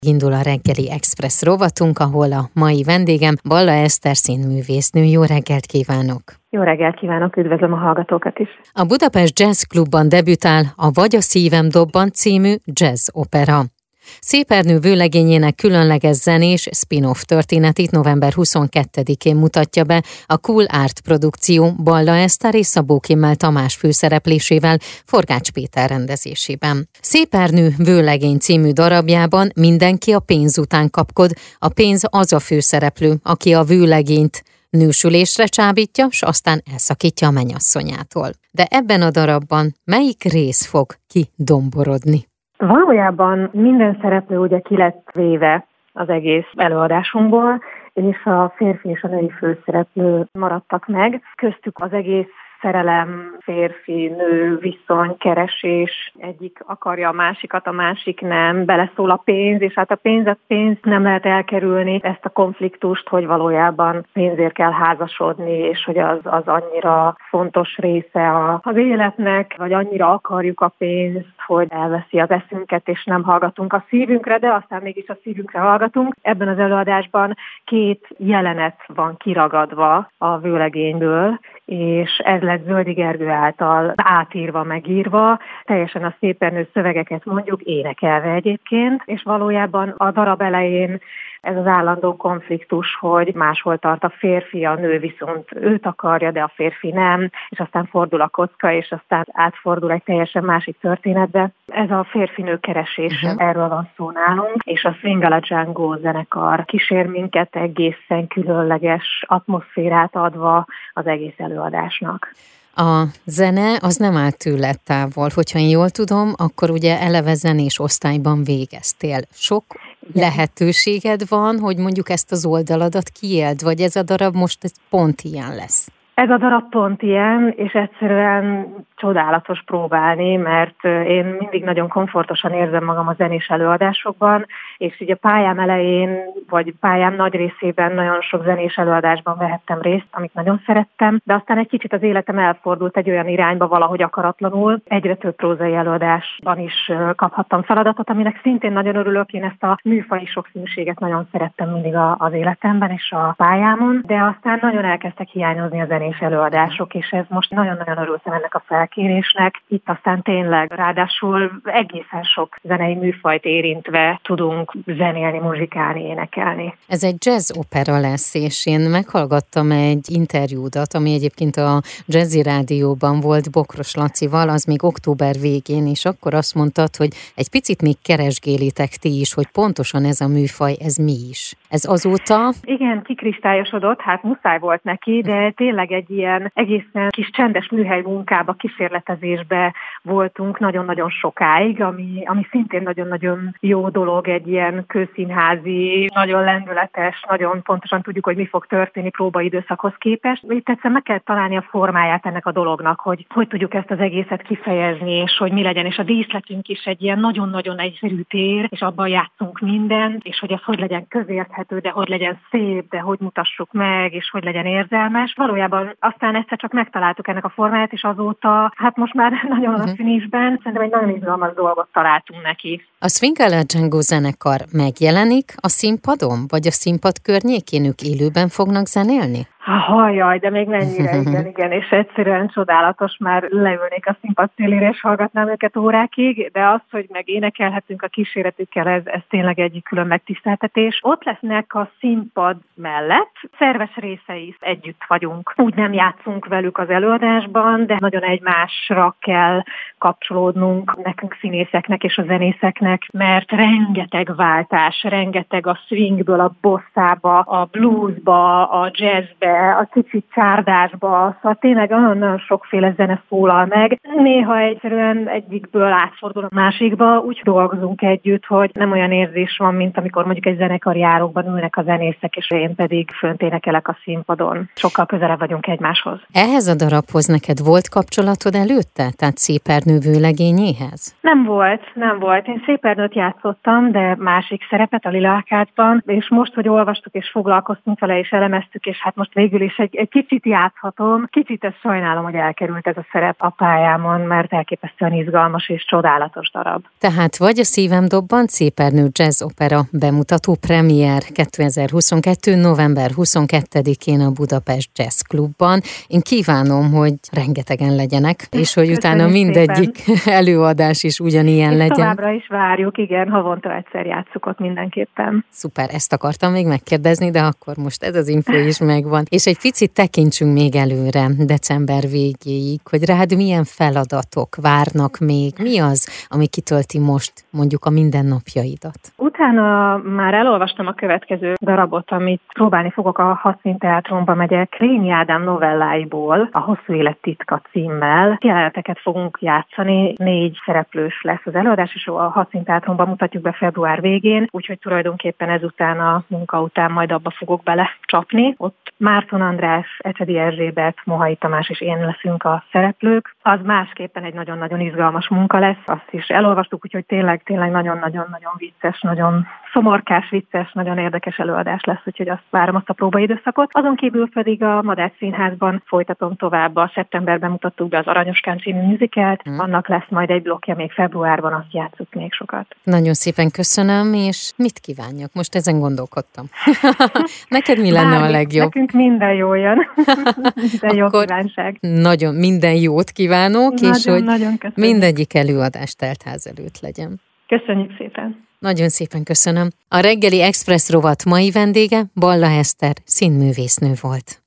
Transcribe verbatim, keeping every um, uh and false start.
Indul a reggeli express rovatunk, ahol a mai vendégem Balla Eszter színművésznő. Jó reggelt kívánok! Jó reggelt kívánok, üdvözlöm a hallgatókat is! A Budapest Jazz Klubban debütál a Vagy a szívem dobban című jazz opera. Szép Ernő vőlegényének különleges zenés spin-off történetét november huszonkettedikén mutatja be a Cool Art produkció Balla Eszter és Szabó Kimmel Tamás főszereplésével Forgács Péter rendezésében. Szép Ernő vőlegény című darabjában mindenki a pénz után kapkod, a pénz az a főszereplő, aki a vőlegényt nősülésre csábítja, s aztán elszakítja a mennyasszonyától. De ebben a darabban melyik rész fog kidomborodni? Valójában minden szereplő ugye ki lett véve az egész előadásunkból, és a férfi és a női főszereplő maradtak meg. Köztük az egész szerelem, férfi-nő viszony, keresés, egyik akarja a másikat, a másik nem, beleszól a pénz, és hát a pénzet pénzt nem lehet elkerülni, ezt a konfliktust, hogy valójában pénzért kell házasodni, és hogy az, az annyira fontos része a, az életnek, vagy annyira akarjuk a pénzt, hogy elveszi az eszünket, és nem hallgatunk a szívünkre, de aztán mégis a szívünkre hallgatunk. Ebben az előadásban két jelenet van kiragadva a vőlegényből, és ez lett Zöldi Gergő által átírva, megírva, teljesen a Szép Ernő szövegeket mondjuk énekelve egyébként, és valójában a darab elején ez az állandó konfliktus, hogy máshol tart a férfi, a nő viszont őt akarja, de a férfi nem, és aztán fordul a kocka, és aztán átfordul egy teljesen másik történetbe. Ez a férfi-nő keresése, uh-huh. erről van szó nálunk, és a Swingala Django zenekar kísér minket egészen különleges atmoszférát adva az egész előadásnak. A zene az nem áll tőled távol. Hogyha én jól tudom, akkor ugye eleve zenés osztályban végeztél. Sok lehetőséged van, hogy mondjuk ezt az oldaladat kiéld, vagy ez a darab most pont ilyen lesz? Ez a darab pont ilyen, és egyszerűen csodálatos próbálni, mert én mindig nagyon komfortosan érzem magam a zenés előadásokban, és ugye pályám elején, vagy pályám nagy részében nagyon sok zenés előadásban vehettem részt, amit nagyon szerettem, de aztán egy kicsit az életem elfordult egy olyan irányba valahogy akaratlanul. Egyre több prózai előadásban is kaphattam feladatot, aminek szintén nagyon örülök. Én ezt a műfaji sokszínűséget nagyon szerettem mindig az életemben és a pályámon, de aztán nagyon elkezdtek hiányozni a zenés előadások, és ez most nagyon-nagyon örültem ennek a felkérésnek. Itt aztán tényleg, ráadásul egészen sok zenei műfajt érintve tudunk zenélni, muzsikálni, énekelni. Ez egy jazz opera lesz, és én meghallgattam egy interjúdat, ami egyébként a Jazzy Rádióban volt Bokros Lacival, az még október végén, és akkor azt mondtad, hogy egy picit még keresgélitek ti is, hogy pontosan ez a műfaj, ez mi is. Ez azóta? Igen, kikristályosodott, hát muszáj volt neki, de tényleg egy ilyen egészen kis csendes műhely munkába, kísérletezésbe voltunk nagyon-nagyon sokáig, ami, ami szintén nagyon-nagyon jó dolog, egy ilyen kőszínházi, nagyon lendületes, nagyon pontosan tudjuk, hogy mi fog történni próbaidőszakhoz képest. Itt egyszerűen meg kell találni a formáját ennek a dolognak, hogy hogy tudjuk ezt az egészet kifejezni, és hogy mi legyen, és a díszletünk is egy ilyen nagyon-nagyon egyszerű tér, és abban játszunk mindent, és hogy ez hogy legyen közérthető, de hogy legyen szép, de hogy mutassuk meg, és hogy legyen érzelmes. Valójában aztán egyszer csak megtaláltuk ennek a formáját, és azóta, hát most már nagyon uh-huh. a színésben, szerintem egy nagyon izgalmas dolgot találtunk neki. A Swingala Django zenekar megjelenik a színpadon, vagy a színpad környékén, ők élőben fognak zenélni? Hajjaj, de még mennyire, igen, igen, és egyszerűen csodálatos, már leülnék a színpad szélére, és hallgatnám őket órákig, de az, hogy meg énekelhetünk a kíséretükkel, ez, ez tényleg egy külön megtiszteltetés. Ott lesznek a színpad mellett, szerves részei együtt vagyunk. Úgy nem játszunk velük az előadásban, de nagyon egymásra kell kapcsolódnunk nekünk színészeknek és a zenészeknek, mert rengeteg váltás, rengeteg a swingből a bosszába, a bluesba, a jazzbe, a kicsit csárdásba, szóval tényleg nagyon sokféle zene szólal meg. Néha egyszerűen egyikből átfordul a másikba, úgy dolgozunk együtt, hogy nem olyan érzés van, mint amikor mondjuk egy zenekari árokban ülnek a zenészek, és én pedig fönt énekelek a színpadon. Sokkal közelebb vagyunk egymáshoz. Ehhez a darabhoz neked volt kapcsolatod előtte? Tehát Szép Ernő vőlegényéhez? Nem volt, nem volt. Én Szép Ernőt játszottam, de másik szerepet a Lila Ákádban, és most, hogy olvastuk és foglalkoztunk vele és elemeztük, és hát most végre végül is egy, egy kicsit játszhatom. Kicsit ezt sajnálom, hogy elkerült ez a szerep a pályámon, mert elképesztően izgalmas és csodálatos darab. Tehát Vagy a szívem dobban, Szépernő Jazz Opera bemutató premier kétezer-huszonkettő. november huszonkettedikén a Budapest Jazz Klubban. Én kívánom, hogy rengetegen legyenek, és hogy utána mindegyik szépen. Előadás is ugyanilyen és legyen. Továbbra is várjuk, igen, havonta egyszer játsszuk ott mindenképpen. Szuper, ezt akartam még megkérdezni, de akkor most ez az info is megvan. És egy picit tekintsünk még előre, december végéig, hogy rád milyen feladatok várnak még, mi az, ami kitölti most mondjuk a mindennapjaidat? Utána már elolvastam a következő darabot, amit próbálni fogok, a Hadszínteátrumba megyek. Lényi Ádám novelláiból, a Hosszú élet titka címmel. Jeleneteket fogunk játszani, négy szereplős lesz az előadás, és a Hadszínteátrumban mutatjuk be február végén, úgyhogy tulajdonképpen ezután a munka után majd abba fogok bele csapni. Ott Márton András, Ecsedi Erzsébet, Mohai Tamás és én leszünk a szereplők. Az másképpen egy nagyon-nagyon izgalmas munka lesz, azt is elolvastuk, úgyhogy tényleg, tényleg nagyon-nagyon-nagyon vicces, nagyon szomorkás, vicces, nagyon érdekes előadás lesz, úgyhogy azt várom, azt a próbaidőszakot. Azon kívül pedig a Madách Színházban folytatom tovább. A szeptemberben mutattuk be az Aranyoskán című musicalt, hmm. annak lesz majd egy blokkja még februárban, azt játsszuk még sokat. Nagyon szépen köszönöm, és mit kívánjak? Most ezen gondolkodtam. Neked mi lenne Bármi, a legjobb? Nekünk minden jó jön. Minden jó kívánság. Nagyon minden jót kívánok, nagyon, és hogy nagyon mindegyik előadás teltház előtt legyen. Köszönjük szépen. Nagyon szépen köszönöm. A reggeli Express rovat mai vendége Balla Eszter színművésznő volt.